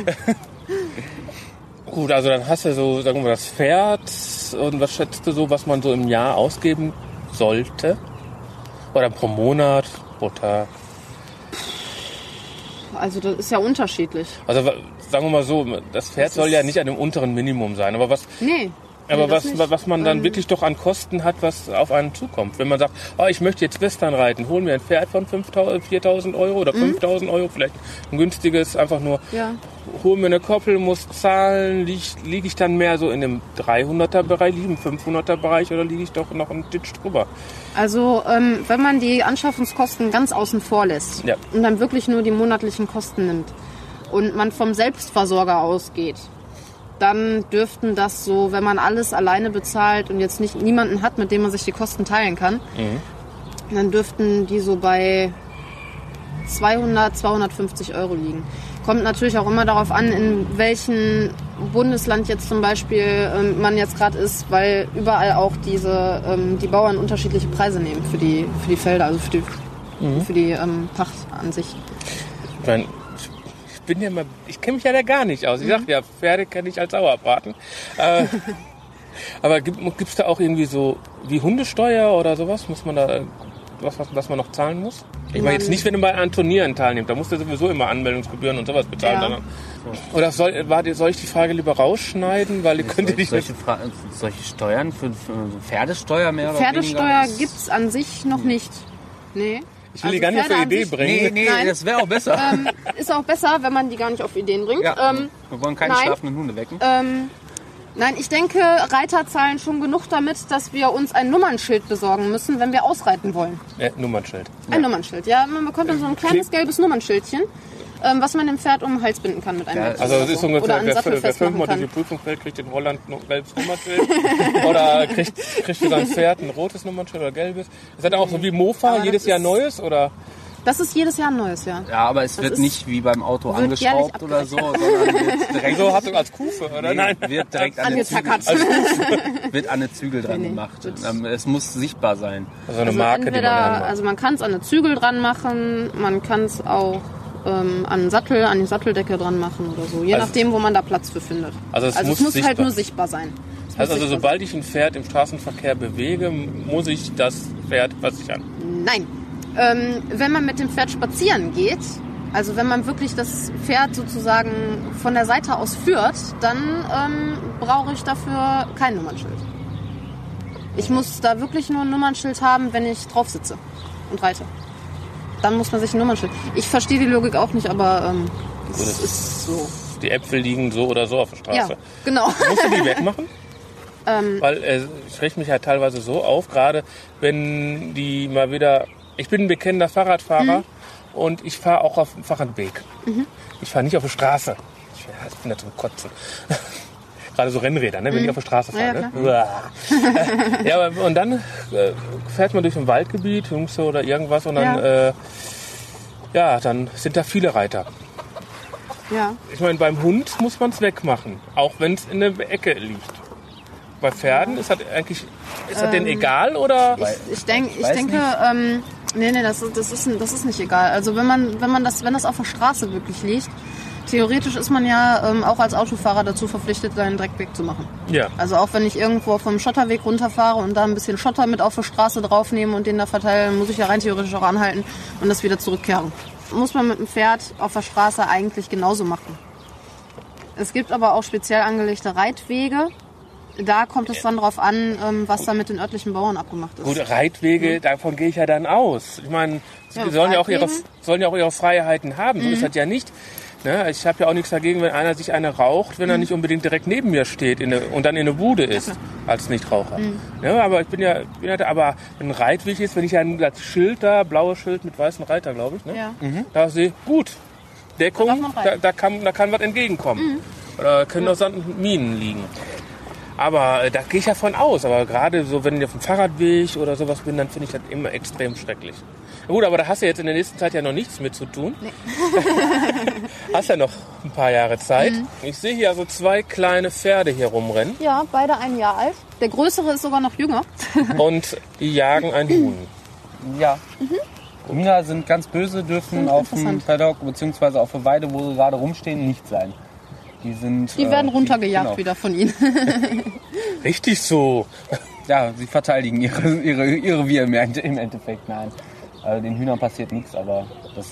Gut, also dann hast du so, sagen wir, das Pferd. Und was schätzt du so, was man so im Jahr ausgeben sollte? Oder pro Monat, pro Tag? Also das ist ja unterschiedlich. Also sagen wir mal so, das Pferd soll ja nicht an dem unteren Minimum sein. Aber was... Nee. Aber was man dann wirklich doch an Kosten hat, was auf einen zukommt. Wenn man sagt, ich möchte jetzt Western reiten, holen wir ein Pferd von 4.000 Euro oder 5.000 Euro, vielleicht ein günstiges, einfach nur, holen wir eine Koppel, muss zahlen, liege ich dann mehr so in dem 300er-Bereich, im 500er-Bereich oder liege ich doch noch einen Ditch drüber? Also wenn man die Anschaffungskosten ganz außen vor lässt und dann wirklich nur die monatlichen Kosten nimmt und man vom Selbstversorger ausgeht, dann dürften das so, wenn man alles alleine bezahlt und jetzt niemanden hat, mit dem man sich die Kosten teilen kann, dann dürften die so bei 200, 250 Euro liegen. Kommt natürlich auch immer darauf an, in welchem Bundesland jetzt zum Beispiel man jetzt gerade ist, weil überall auch die Bauern unterschiedliche Preise nehmen für die Felder, also für die Pacht an sich. Ich kenne mich ja da gar nicht aus. Ich sag ja, Pferde kenne ich als Sauerbraten. Aber gibt's da auch irgendwie so wie Hundesteuer oder sowas? Muss man da was man noch zahlen muss? Ich meine jetzt nicht, wenn du bei Turnieren teilnimmst, da musst du sowieso immer Anmeldungsgebühren und sowas bezahlen. Ja. Oder soll ich die Frage lieber rausschneiden, weil ihr könnt nicht solche Steuern für Pferdesteuer mehr oder Pferdesteuer gibt's an sich noch nicht. Nee. Ich will die gar nicht auf die Idee bringen. Nee, das wäre auch besser. Ist auch besser, wenn man die gar nicht auf Ideen bringt. Ja, wir wollen keine schlafenden Hunde wecken. Nein, ich denke, Reiter zahlen schon genug damit, dass wir uns ein Nummernschild besorgen müssen, wenn wir ausreiten wollen. Nummernschild. Ein Nummernschild, ja. Man bekommt dann so ein kleines gelbes Nummernschildchen, was man dem Pferd um den Hals binden kann mit einem Netz. Also das ist ungefähr, wer fünfmal kann. diese Prüfung fällt, kriegt in Holland ein gelbes Nummernschild. Oder kriegt für sein Pferd ein rotes Nummernschild oder gelbes. Ist das auch so wie Mofa, jedes Jahr neues? Oder? Das ist jedes Jahr ein neues, ja. Ja, aber es wird nicht wie beim Auto angeschraubt oder so, sondern wird direkt so hast du als Kufe, oder? Nein, wird direkt an den Zügel dran gemacht. Es muss sichtbar sein. Also eine Marke, die man also man kann es an den Zügel dran machen, man kann es auch an die Satteldecke dran machen oder so. Je nachdem, wo man da Platz für findet. Also es muss halt nur sichtbar sein. Also sobald ich ein Pferd im Straßenverkehr bewege, muss ich das Pferd versichern? Nein. Wenn man mit dem Pferd spazieren geht, also wenn man wirklich das Pferd sozusagen von der Seite aus führt, dann brauche ich dafür kein Nummernschild. Ich muss da wirklich nur ein Nummernschild haben, wenn ich drauf sitze und reite. Dann muss man sich ein Nummernschild. Ich verstehe die Logik auch nicht, aber es ist so. Die Äpfel liegen so oder so auf der Straße. Ja, genau. Musst du die wegmachen? Weil ich rieche mich ja teilweise so auf, gerade wenn die mal wieder... Ich bin ein bekennender Fahrradfahrer und ich fahre auch auf dem Fahrradweg. Ich fahre nicht auf der Straße. Ich bin da zum Kotzen. Gerade so Rennräder, ne? Wenn ich auf der Straße fahre. Ja, und dann fährt man durch ein Waldgebiet, Jungse oder irgendwas und dann, dann sind da viele Reiter. Ja. Ich meine, beim Hund muss man es wegmachen, auch wenn es in der Ecke liegt. Bei Pferden ist das denn egal oder? Ich denke, nee, das ist nicht egal. Also wenn das auf der Straße wirklich liegt, theoretisch ist man ja auch als Autofahrer dazu verpflichtet, seinen Dreck wegzumachen. Ja. Also auch wenn ich irgendwo vom Schotterweg runterfahre und da ein bisschen Schotter mit auf der Straße draufnehme und den da verteile, muss ich ja rein theoretisch auch anhalten und das wieder zurückkehren. Muss man mit dem Pferd auf der Straße eigentlich genauso machen. Es gibt aber auch speziell angelegte Reitwege. Da kommt es dann drauf an, was da mit den örtlichen Bauern abgemacht ist. Gut, Reitwege, davon gehe ich ja dann aus. Ich meine, sie sollen ja auch ihre Freiheiten haben. So ist das ja nicht. Ne? Ich habe ja auch nichts dagegen, wenn einer sich eine raucht, wenn er nicht unbedingt direkt neben mir steht und dann in der Bude ist, als Nichtraucher. Ja, aber ich bin ja, aber ein Reitweg ist, wenn ich ja das Schild da, blaues Schild mit weißen Reiter, glaube ich, ne? Ja. Da sehe ich, gut, Deckung, da kann was entgegenkommen. Oder können auch Minen liegen. Aber da gehe ich ja von aus. Aber gerade so, wenn ich auf dem Fahrradweg oder sowas bin, dann finde ich das immer extrem schrecklich. Na gut, aber da hast du jetzt in der nächsten Zeit ja noch nichts mit zu tun. Nee. Hast ja noch ein paar Jahre Zeit. Ich sehe hier also 2 kleine Pferde hier rumrennen. Ja, beide 1 Jahr alt. Der größere ist sogar noch jünger. Und die jagen ein Huhn. Ja. Hühner sind ganz böse, dürfen auf dem Paddock bzw. auf der Weide, wo sie gerade rumstehen, nicht sein. Die werden runtergejagt wieder von ihnen. Richtig so. Ja, sie verteidigen ihre Revier im Endeffekt. Nein, also den Hühnern passiert nichts, aber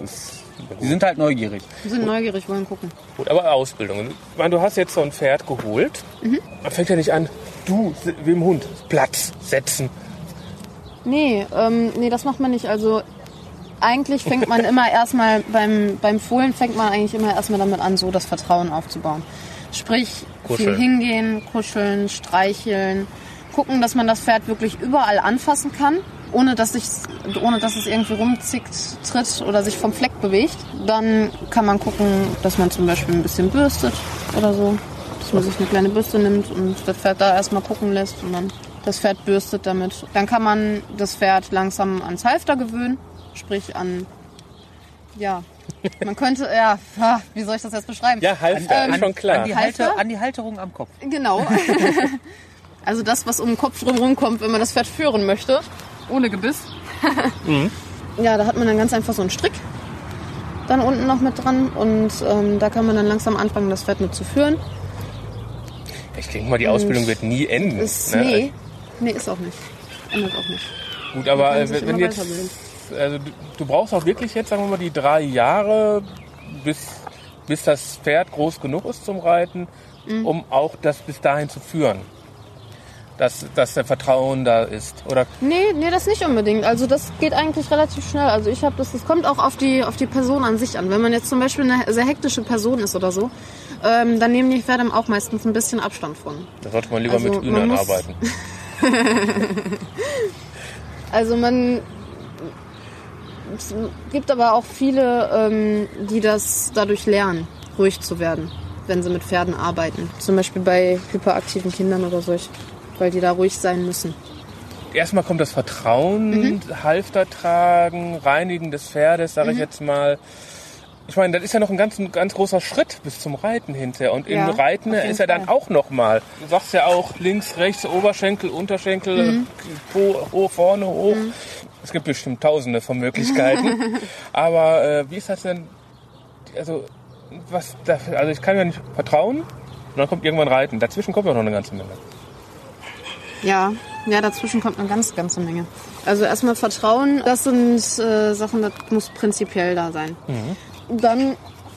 die sind halt neugierig. Die sind neugierig, wollen gucken. Gut, aber Ausbildung. Ich meine, du hast jetzt so ein Pferd geholt. Man fängt ja nicht an, du, wie im Hund, Platz, setzen. Nee, das macht man nicht. Also eigentlich fängt man immer erstmal beim Fohlen fängt man eigentlich immer erstmal damit an, so das Vertrauen aufzubauen. Sprich, viel hingehen, kuscheln, streicheln, gucken, dass man das Pferd wirklich überall anfassen kann, ohne dass es irgendwie rumzickt, tritt oder sich vom Fleck bewegt. Dann kann man gucken, dass man zum Beispiel ein bisschen bürstet oder so, dass man sich eine kleine Bürste nimmt und das Pferd da erstmal gucken lässt und dann das Pferd bürstet damit. Dann kann man das Pferd langsam ans Halfter gewöhnen. Sprich man könnte, wie soll ich das jetzt beschreiben? Ja, Halfter, schon klar. An die Halterung am Kopf. Genau. Also das, was um den Kopf drumherum kommt, wenn man das Pferd führen möchte, ohne Gebiss. Ja, da hat man dann ganz einfach so einen Strick dann unten noch mit dran und da kann man dann langsam anfangen, das Pferd mit zu führen. Ich denke mal, die Ausbildung wird nie enden. Nee, ist auch nicht. Endet auch nicht. Gut, aber wenn jetzt, also du brauchst auch wirklich jetzt, sagen wir mal, die 3 Jahre, bis das Pferd groß genug ist zum Reiten, um auch das bis dahin zu führen. Dass der Vertrauen da ist, oder? Nee, das nicht unbedingt. Also das geht eigentlich relativ schnell. Also das kommt auch auf die Person an sich an. Wenn man jetzt zum Beispiel eine sehr hektische Person ist oder so, dann nehmen die Pferde auch meistens ein bisschen Abstand von. Da sollte man lieber mit Hühnern arbeiten. Also es gibt aber auch viele, die das dadurch lernen, ruhig zu werden, wenn sie mit Pferden arbeiten. Zum Beispiel bei hyperaktiven Kindern oder so, weil die da ruhig sein müssen. Erstmal kommt das Vertrauen, Halfter tragen, Reinigen des Pferdes, sage ich jetzt mal. Ich meine, das ist ja noch ein ganz großer Schritt bis zum Reiten hinterher. Und im Reiten ist ja dann auch nochmal. Du sagst ja auch links, rechts, Oberschenkel, Unterschenkel, Po, vorne, hoch. Es gibt bestimmt tausende von Möglichkeiten. Aber wie ist das denn? Also ich kann ja nicht vertrauen und dann kommt irgendwann Reiten. Dazwischen kommt ja noch eine ganze Menge. Ja, dazwischen kommt eine ganze Menge. Also erstmal Vertrauen, das sind Sachen, das muss prinzipiell da sein. Dann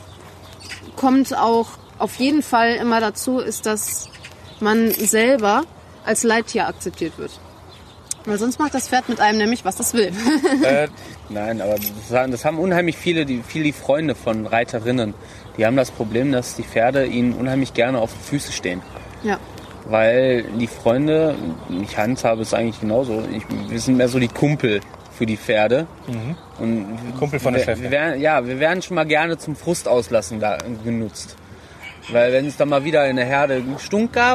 kommt auch auf jeden Fall immer dazu, ist, dass man selber als Leittier akzeptiert wird. Weil sonst macht das Pferd mit einem nämlich, was das will. Nein, aber das haben unheimlich viele Freunde von Reiterinnen. Die haben das Problem, dass die Pferde ihnen unheimlich gerne auf die Füße stehen. Ja. Weil die Freunde, ich handhabe es eigentlich genauso, wir sind mehr so die Kumpel für die Pferde. Und Kumpel von der Chefin. Wir werden schon mal gerne zum Frustauslassen da genutzt. Weil wenn es dann mal wieder in der Herde einen Stunk gab,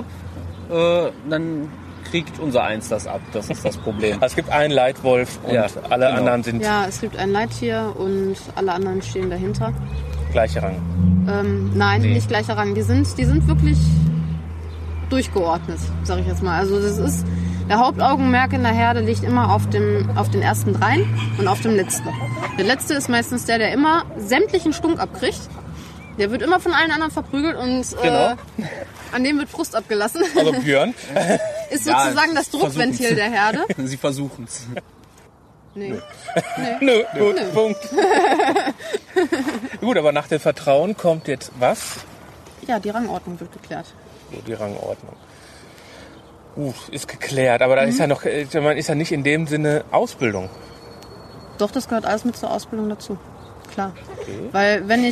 dann kriegt unser Eins das ab. Das ist das Problem. Es gibt einen Leitwolf und alle anderen sind... Ja, es gibt ein Leittier und alle anderen stehen dahinter. Gleicher Rang? Nein, nicht gleicher Rang. Die sind wirklich durchgeordnet, sage ich jetzt mal. Also das ist, der Hauptaugenmerk in der Herde liegt immer auf den ersten 3 und auf dem letzten. Der letzte ist meistens der immer sämtlichen Stunk abkriegt. Der wird immer von allen anderen verprügelt und an dem wird Frust abgelassen. Also Björn? Ist sozusagen das Druckventil der Herde. Sie versuchen es. Nee. Gut, Punkt. Gut, aber nach dem Vertrauen kommt jetzt was? Ja, die Rangordnung wird geklärt. Die Rangordnung. Ist geklärt, aber da ist ja noch, man ist ja nicht in dem Sinne Ausbildung. Doch, das gehört alles mit zur Ausbildung dazu. Klar. Okay. Weil wenn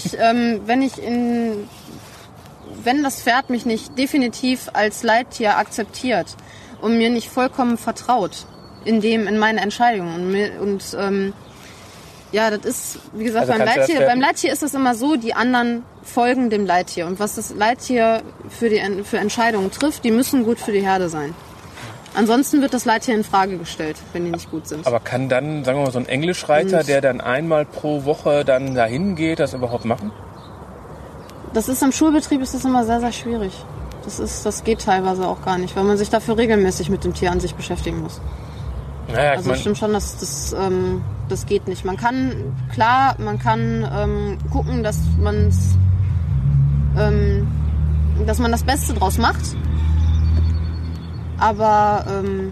das Pferd mich nicht definitiv als Leittier akzeptiert und mir nicht vollkommen vertraut in meine Entscheidungen das ist, wie gesagt, also beim Leittier ist es immer so, die anderen folgen dem Leittier. Und was das Leittier für Entscheidungen trifft, die müssen gut für die Herde sein. Ansonsten wird das Leittier in Frage gestellt, wenn die nicht gut sind. Aber kann dann, sagen wir mal, so ein Englischreiter, der dann einmal pro Woche dann dahin geht, das überhaupt machen? Das ist im Schulbetrieb ist das immer sehr, sehr schwierig. Das geht teilweise auch gar nicht, weil man sich dafür regelmäßig mit dem Tier an sich beschäftigen muss. Naja, also stimmt schon, das geht nicht. Man kann gucken, dass man das Beste draus macht. Aber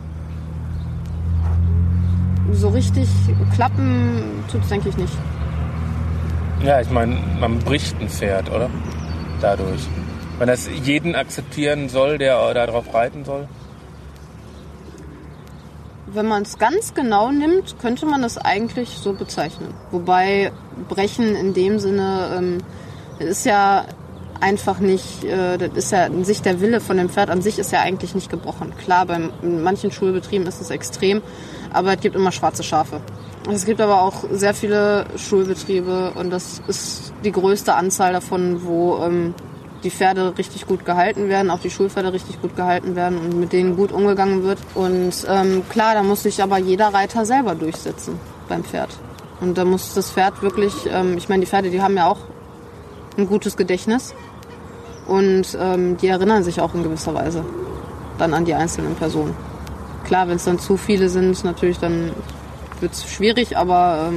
so richtig klappen tut's, denke ich, nicht. Ja, ich meine, man bricht ein Pferd, oder? Dadurch. Wenn das jeden akzeptieren soll, der da drauf reiten soll? Wenn man es ganz genau nimmt, könnte man es eigentlich so bezeichnen. Wobei brechen in dem Sinne, das ist ja einfach nicht, das ist ja in sich der Wille von dem Pferd an sich ist ja eigentlich nicht gebrochen. Klar, in manchen Schulbetrieben ist es extrem, aber es gibt immer schwarze Schafe. Es gibt aber auch sehr viele Schulbetriebe und das ist die größte Anzahl davon, wo die Pferde richtig gut gehalten werden, auch die Schulpferde richtig gut gehalten werden und mit denen gut umgegangen wird. Und klar, da muss sich aber jeder Reiter selber durchsetzen beim Pferd. Und da muss das Pferd wirklich, ich meine, die Pferde, die haben ja auch ein gutes Gedächtnis und die erinnern sich auch in gewisser Weise dann an die einzelnen Personen. Klar, wenn es dann zu viele sind, natürlich dann wird es schwierig, aber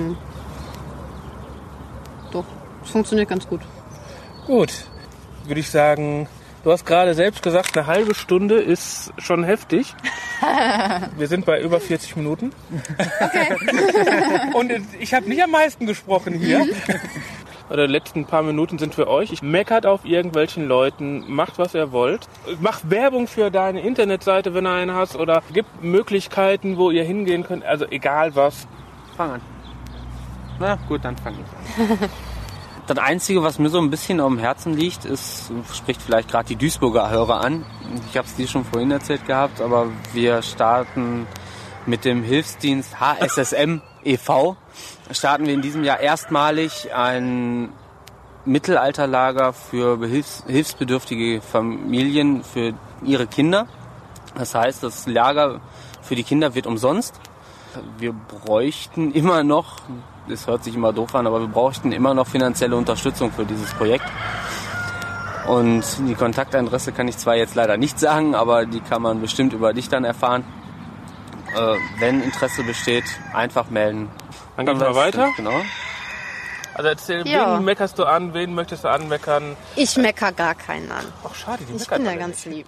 doch, es funktioniert ganz gut. Gut. Würde ich sagen, Du hast gerade selbst gesagt, eine halbe Stunde ist schon heftig. Wir sind bei über 40 Minuten. Okay. Und ich habe nicht am meisten gesprochen hier. Die letzten paar Minuten sind für euch. Meckert auf irgendwelchen Leuten, macht was ihr wollt. Macht Werbung für deine Internetseite, wenn du eine hast. Oder gibt Möglichkeiten, wo ihr hingehen könnt. Also egal was. Fang an. Na gut, dann fang ich an. Das Einzige, was mir so ein bisschen auf dem Herzen liegt, ist, spricht vielleicht gerade die Duisburger Hörer an. Ich habe es dir schon vorhin erzählt gehabt, aber wir starten mit dem Hilfsdienst HSSM e.V. starten wir in diesem Jahr erstmalig ein Mittelalterlager für hilfsbedürftige Familien für ihre Kinder. Das heißt, das Lager für die Kinder wird umsonst. Wir bräuchten immer noch, das hört sich immer doof an, aber wir bräuchten immer noch finanzielle Unterstützung für dieses Projekt. Und die Kontaktadresse kann ich zwar jetzt leider nicht sagen, aber die kann man bestimmt über dich dann erfahren. Wenn Interesse besteht, einfach melden. Dann gehen wir weiter. Genau. Also erzähl, wen meckerst du an, wen möchtest du anmeckern? Ich mecker gar keinen an. Ach schade, die Ich meckert bin ja alle ganz nicht. lieb.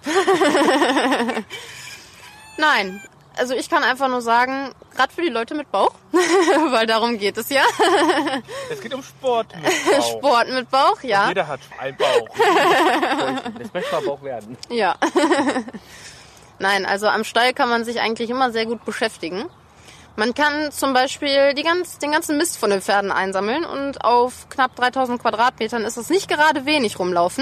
Nein, also ich kann einfach nur sagen, gerade für die Leute mit Bauch, weil darum geht es ja. Es geht um Sport mit Bauch. Sport mit Bauch, ja. Und jeder hat einen Bauch. Das möchte aber auch werden. Ja. Nein, also am Stall kann man sich eigentlich immer sehr gut beschäftigen. Man kann zum Beispiel den ganzen Mist von den Pferden einsammeln und auf knapp 3000 Quadratmetern ist es nicht gerade wenig rumlaufen.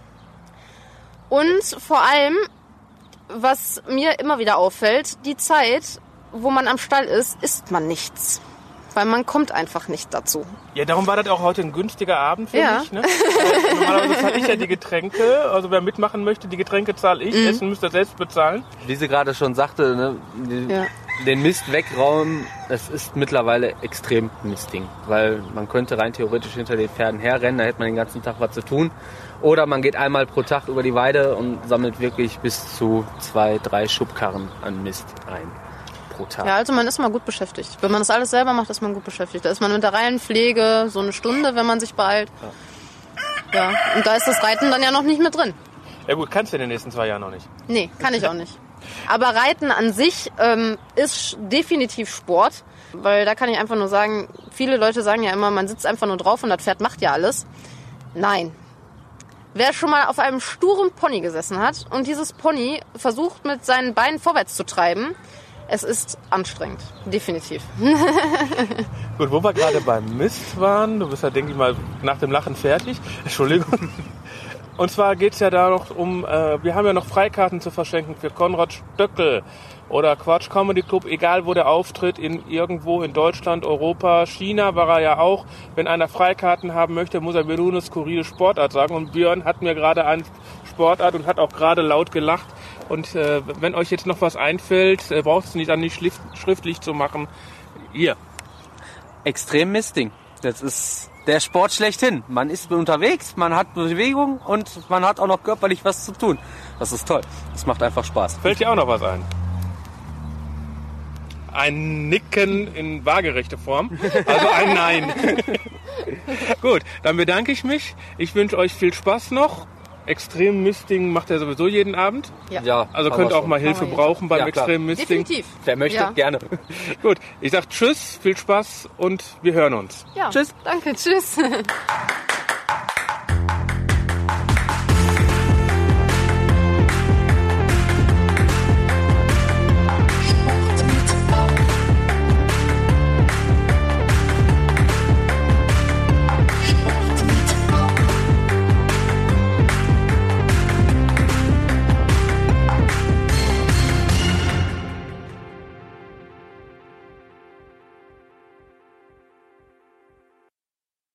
Und vor allem, was mir immer wieder auffällt, die Zeit, wo man am Stall ist, isst man nichts. Weil man kommt einfach nicht dazu. Ja, darum war das auch heute ein günstiger Abend für Ja. mich. Ne? Normalerweise zahle ich ja die Getränke. Also wer mitmachen möchte, die Getränke zahle ich. Essen müsst ihr selbst bezahlen. Wie sie gerade schon sagte, ne, Ja. den Mist wegräumen, das ist mittlerweile extrem Mistding. Weil man könnte rein theoretisch hinter den Pferden herrennen, da hätte man den ganzen Tag was zu tun. Oder man geht einmal pro Tag über die Weide und sammelt wirklich bis zu 2-3 Schubkarren an Mist ein pro Tag. Ja, also man ist mal gut beschäftigt. Wenn man das alles selber macht, ist man gut beschäftigt. Da ist man mit der Reihenpflege so eine Stunde, wenn man sich beeilt. Ja, und da ist das Reiten dann ja noch nicht mit drin. Ja gut, kannst du in den nächsten 2 Jahren noch nicht. Nee, kann ich auch nicht. Aber Reiten an sich ist definitiv Sport. Weil da kann ich einfach nur sagen, viele Leute sagen ja immer, man sitzt einfach nur drauf und das Pferd macht ja alles. Nein. Wer schon mal auf einem sturen Pony gesessen hat und dieses Pony versucht mit seinen Beinen vorwärts zu treiben, es ist anstrengend. Definitiv. Gut, wo wir gerade beim Mist waren, du bist ja, denke ich mal, nach dem Lachen fertig. Entschuldigung. Und zwar geht es ja da noch um, wir haben ja noch Freikarten zu verschenken für Konrad Stöckel oder Quatsch Comedy Club, egal wo der auftritt, irgendwo in Deutschland, Europa, China war er ja auch. Wenn einer Freikarten haben möchte, muss er mir nur eine skurrile Sportart sagen. Und Björn hat mir gerade eine Sportart und hat auch gerade laut gelacht. Und wenn euch jetzt noch was einfällt, braucht es nicht dann nicht schriftlich zu machen. Hier. Extrem Mistding. Das ist der Sport schlechthin. Man ist unterwegs, man hat Bewegung und man hat auch noch körperlich was zu tun. Das ist toll. Das macht einfach Spaß. Fällt dir auch noch was ein? Ein Nicken in waagerechte Form, also ein Nein. Gut, dann bedanke ich mich. Ich wünsche euch viel Spaß noch. Extrem Mistding macht er sowieso jeden Abend. Ja. Also könnt auch mal Hilfe brauchen beim Ja, klar. Extrem Mistding. Definitiv. Wer möchte, Ja. gerne. Gut, ich sag Tschüss, viel Spaß und wir hören uns. Ja. Tschüss. Danke, tschüss.